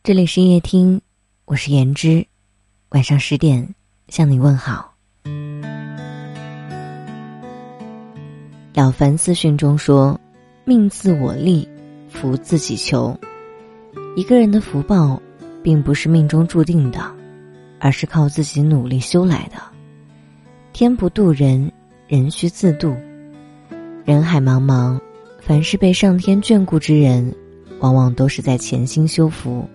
这里是夜听，我是言之，晚上10点向你问好。了凡四训中说，命自我立，福自己求。一个人的福报并不是命中注定的，而是靠自己努力修来的。天不渡人，人须自渡。人海茫茫，凡是被上天眷顾之人，往往都是在潜心修福。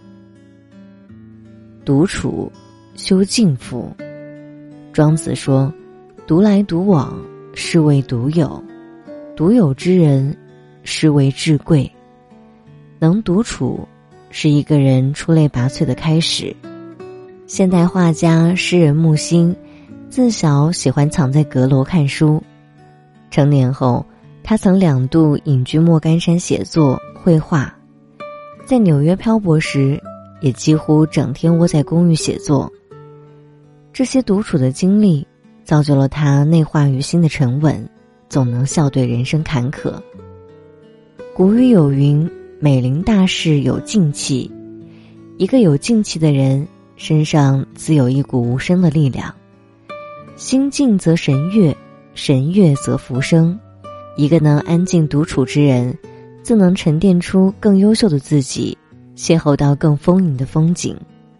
独处修静福。庄子说，独来独往，是谓独有。独有之人，是谓至贵。能独处，是一个人出类拔萃的开始。现代画家诗人木心，自小喜欢藏在阁楼看书。成年后，他曾2度隐居莫干山写作、绘画。在纽约漂泊时，也几乎整天窝在公寓写作。这些独处的经历，造就了他内化于心的沉稳，总能笑对人生坎坷。古语有云，美龄大事有静气。一个有静气的人，身上自有一股无声的力量。心静则神悦，神悦则福生。一个能安静独处之人，自能沉淀出更优秀的自己，邂逅到更丰盈的风景。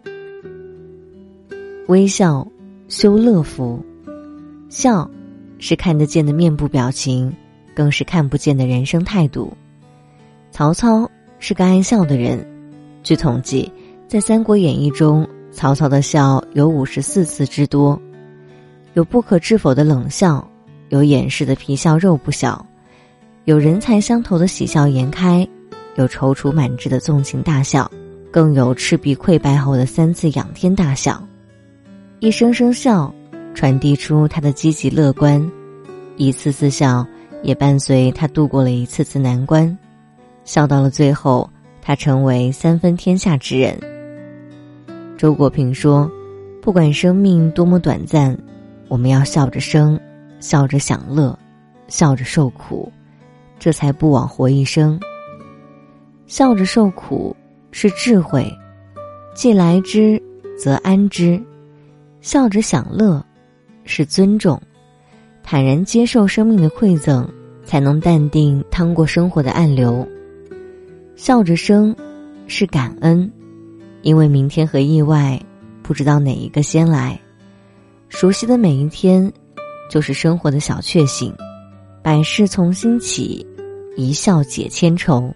微笑修乐福。笑是看得见的面部表情，更是看不见的人生态度。曹操是个爱笑的人，据统计，在《三国演义》中，曹操的笑有54次之多。有不可置否的冷笑，有掩饰的皮笑肉不笑，有人才相投的喜笑颜开，有踌躇满志的纵情大笑，更有赤壁溃败后的3次仰天大笑。一声声笑，传递出他的积极乐观；一次次笑，也伴随他度过了一次次难关。笑到了最后，他成为3分天下之人。周国平说，不管生命多么短暂，我们要笑着生，笑着享乐，笑着受苦，这才不枉活一生。笑着受苦是智慧，既来之则安之；笑着享乐是尊重，坦然接受生命的馈赠，才能淡定趟过生活的暗流。笑着生是感恩，因为明天和意外不知道哪一个先来。熟悉的每一天就是生活的小确幸，百事从心起，一笑解千愁。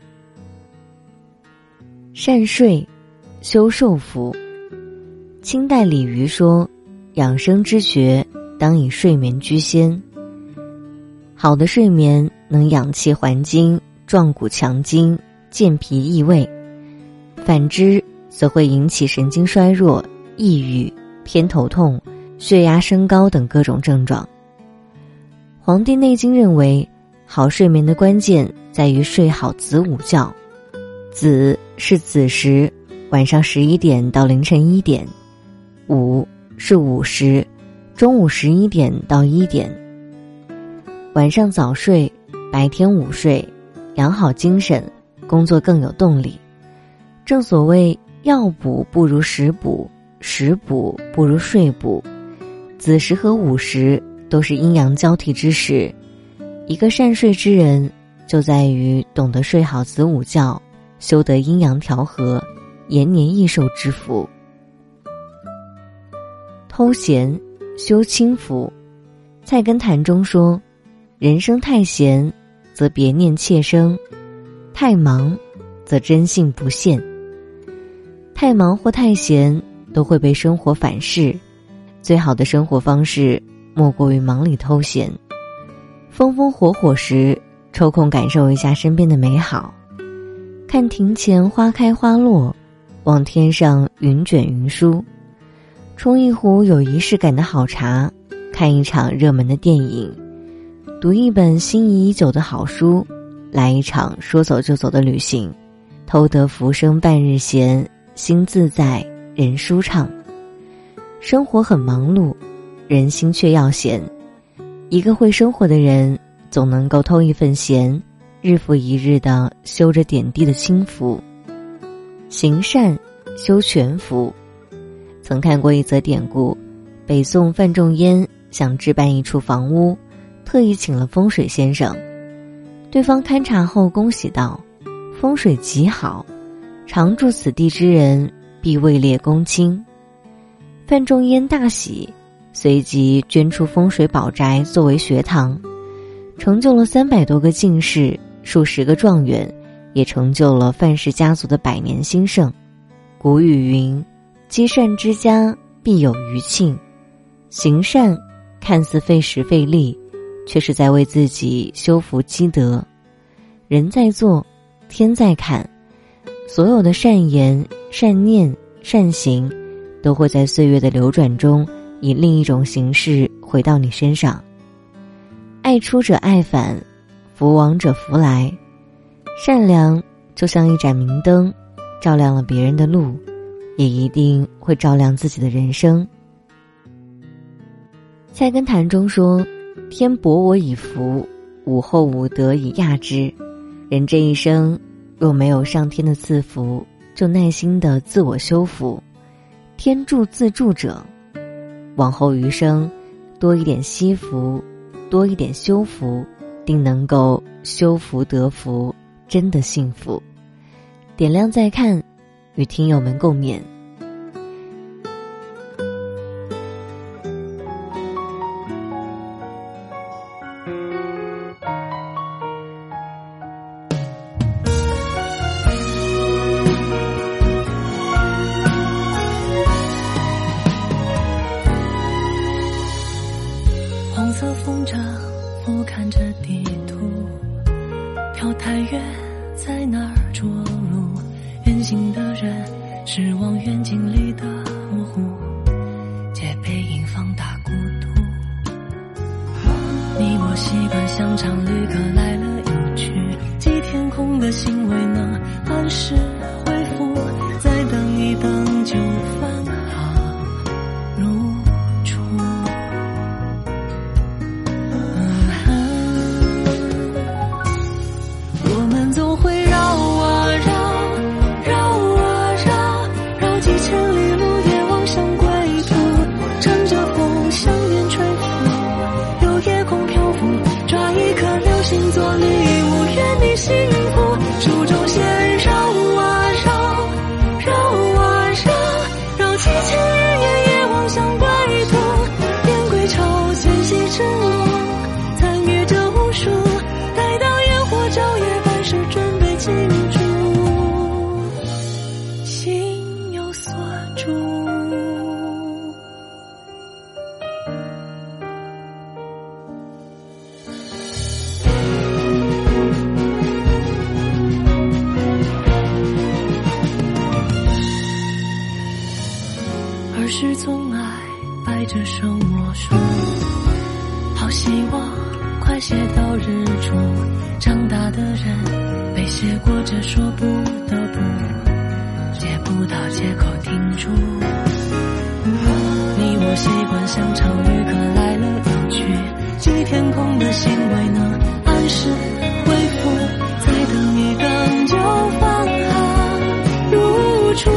善睡修寿福。清代李渔说，养生之学当以睡眠居先。好的睡眠能养气还精，壮骨强筋，健脾益胃。反之则会引起神经衰弱、抑郁、偏头痛、血压升高等各种症状。黄帝内经认为，好睡眠的关键在于睡好子午觉。子是子时，晚上11点到凌晨1点；午是午时，中午11点到1点。晚上早睡，白天午睡，养好精神，工作更有动力。正所谓，药补不如食补，食补不如睡补。子时和午时都是阴阳交替之时，一个善睡之人，就在于懂得睡好子午觉，修得阴阳调和，延年益寿之福。偷闲修轻福。菜根谭中说，人生太闲，则别念怯生；太忙，则真性不现。太忙或太闲，都会被生活反噬。最好的生活方式，莫过于忙里偷闲。风风火火时，抽空感受一下身边的美好，看庭前花开花落，望天上云卷云舒，冲一壶有仪式感的好茶，看一场热门的电影，读一本心仪已久的好书，来一场说走就走的旅行，偷得浮生半日闲，心自在人舒畅。生活很忙碌，人心却要闲。一个会生活的人，总能够偷一份闲，日复一日地修着点滴的轻福。 行善修全福。曾看过一则典故，北宋范仲淹想置办一处房屋，特意请了风水先生。对方勘察后恭喜道：风水极好，常住此地之人必位列公卿。范仲淹大喜，随即捐出风水宝宅作为学堂，成就了300多个进士，数十个状元，也成就了范氏家族的100年兴盛。古语云：积善之家必有余庆。行善看似费时费力，却是在为自己修福积德。人在做，天在看，所有的善言、善念、善行都会在岁月的流转中以另一种形式回到你身上。爱出者爱返，福往者福来。善良就像一盏明灯，照亮了别人的路，也一定会照亮自己的人生。菜根谭中说：天博我以福，吾厚吾德以亚之。人这一生若没有上天的赐福，就耐心地自我修复。天助自助者，往后余生多一点惜福，多一点修福，定能够修福得福，真的幸福。点亮再看，与听友们共勉。 红色风筝俯瞰着地图，跳太远在哪儿着陆？远行的人是望远镜里的模糊，借背影放大孤独。你我习惯像场旅客来了又去，即天空的星未能按时回复，再等一等就返航入出。我们总会绕啊绕，绕啊绕，绕几千里路也望向归途，乘着风向远吹拂，有夜空漂浮，抓一颗流星做礼物，愿你幸福。手中线绕啊绕，绕啊绕，绕几千日夜也望向归途，燕归巢，迁徙之路，参与着无数，待到烟火照夜半时准备庆祝，心有所住。儿时总爱摆着手魔术，好希望快写到日出。长大的人被写过这说不得不，借不到借口停住。你我习惯像场旅客来了又去，即天空的星未能按时回复，再等一等就返航入出。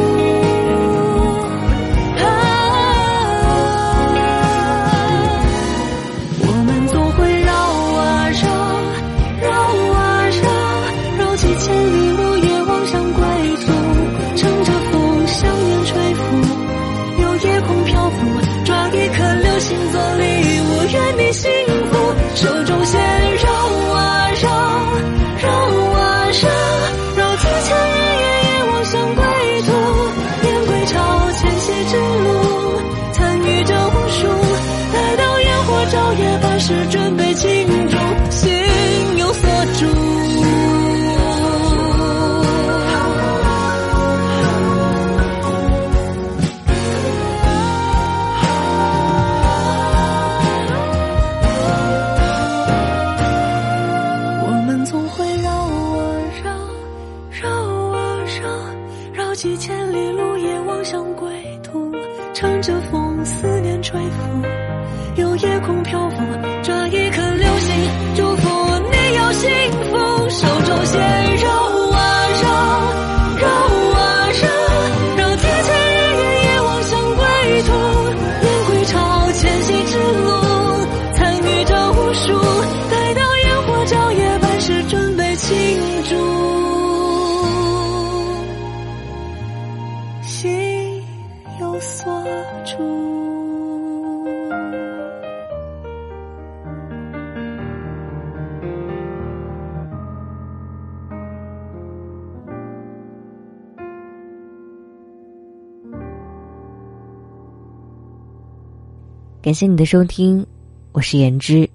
星座礼物，愿你幸福。手中线绕啊绕，绕啊绕，绕几千日夜也望向归途，燕归巢，迁徙之路，参与着无数，待到烟火照夜半时准备庆祝，心有所住。几千里路也望向归途，乘着风思念吹拂，有夜空漂浮，抓一颗流星，祝福你有幸福。手中线绕啊绕，绕啊感谢你的收听，我是言之。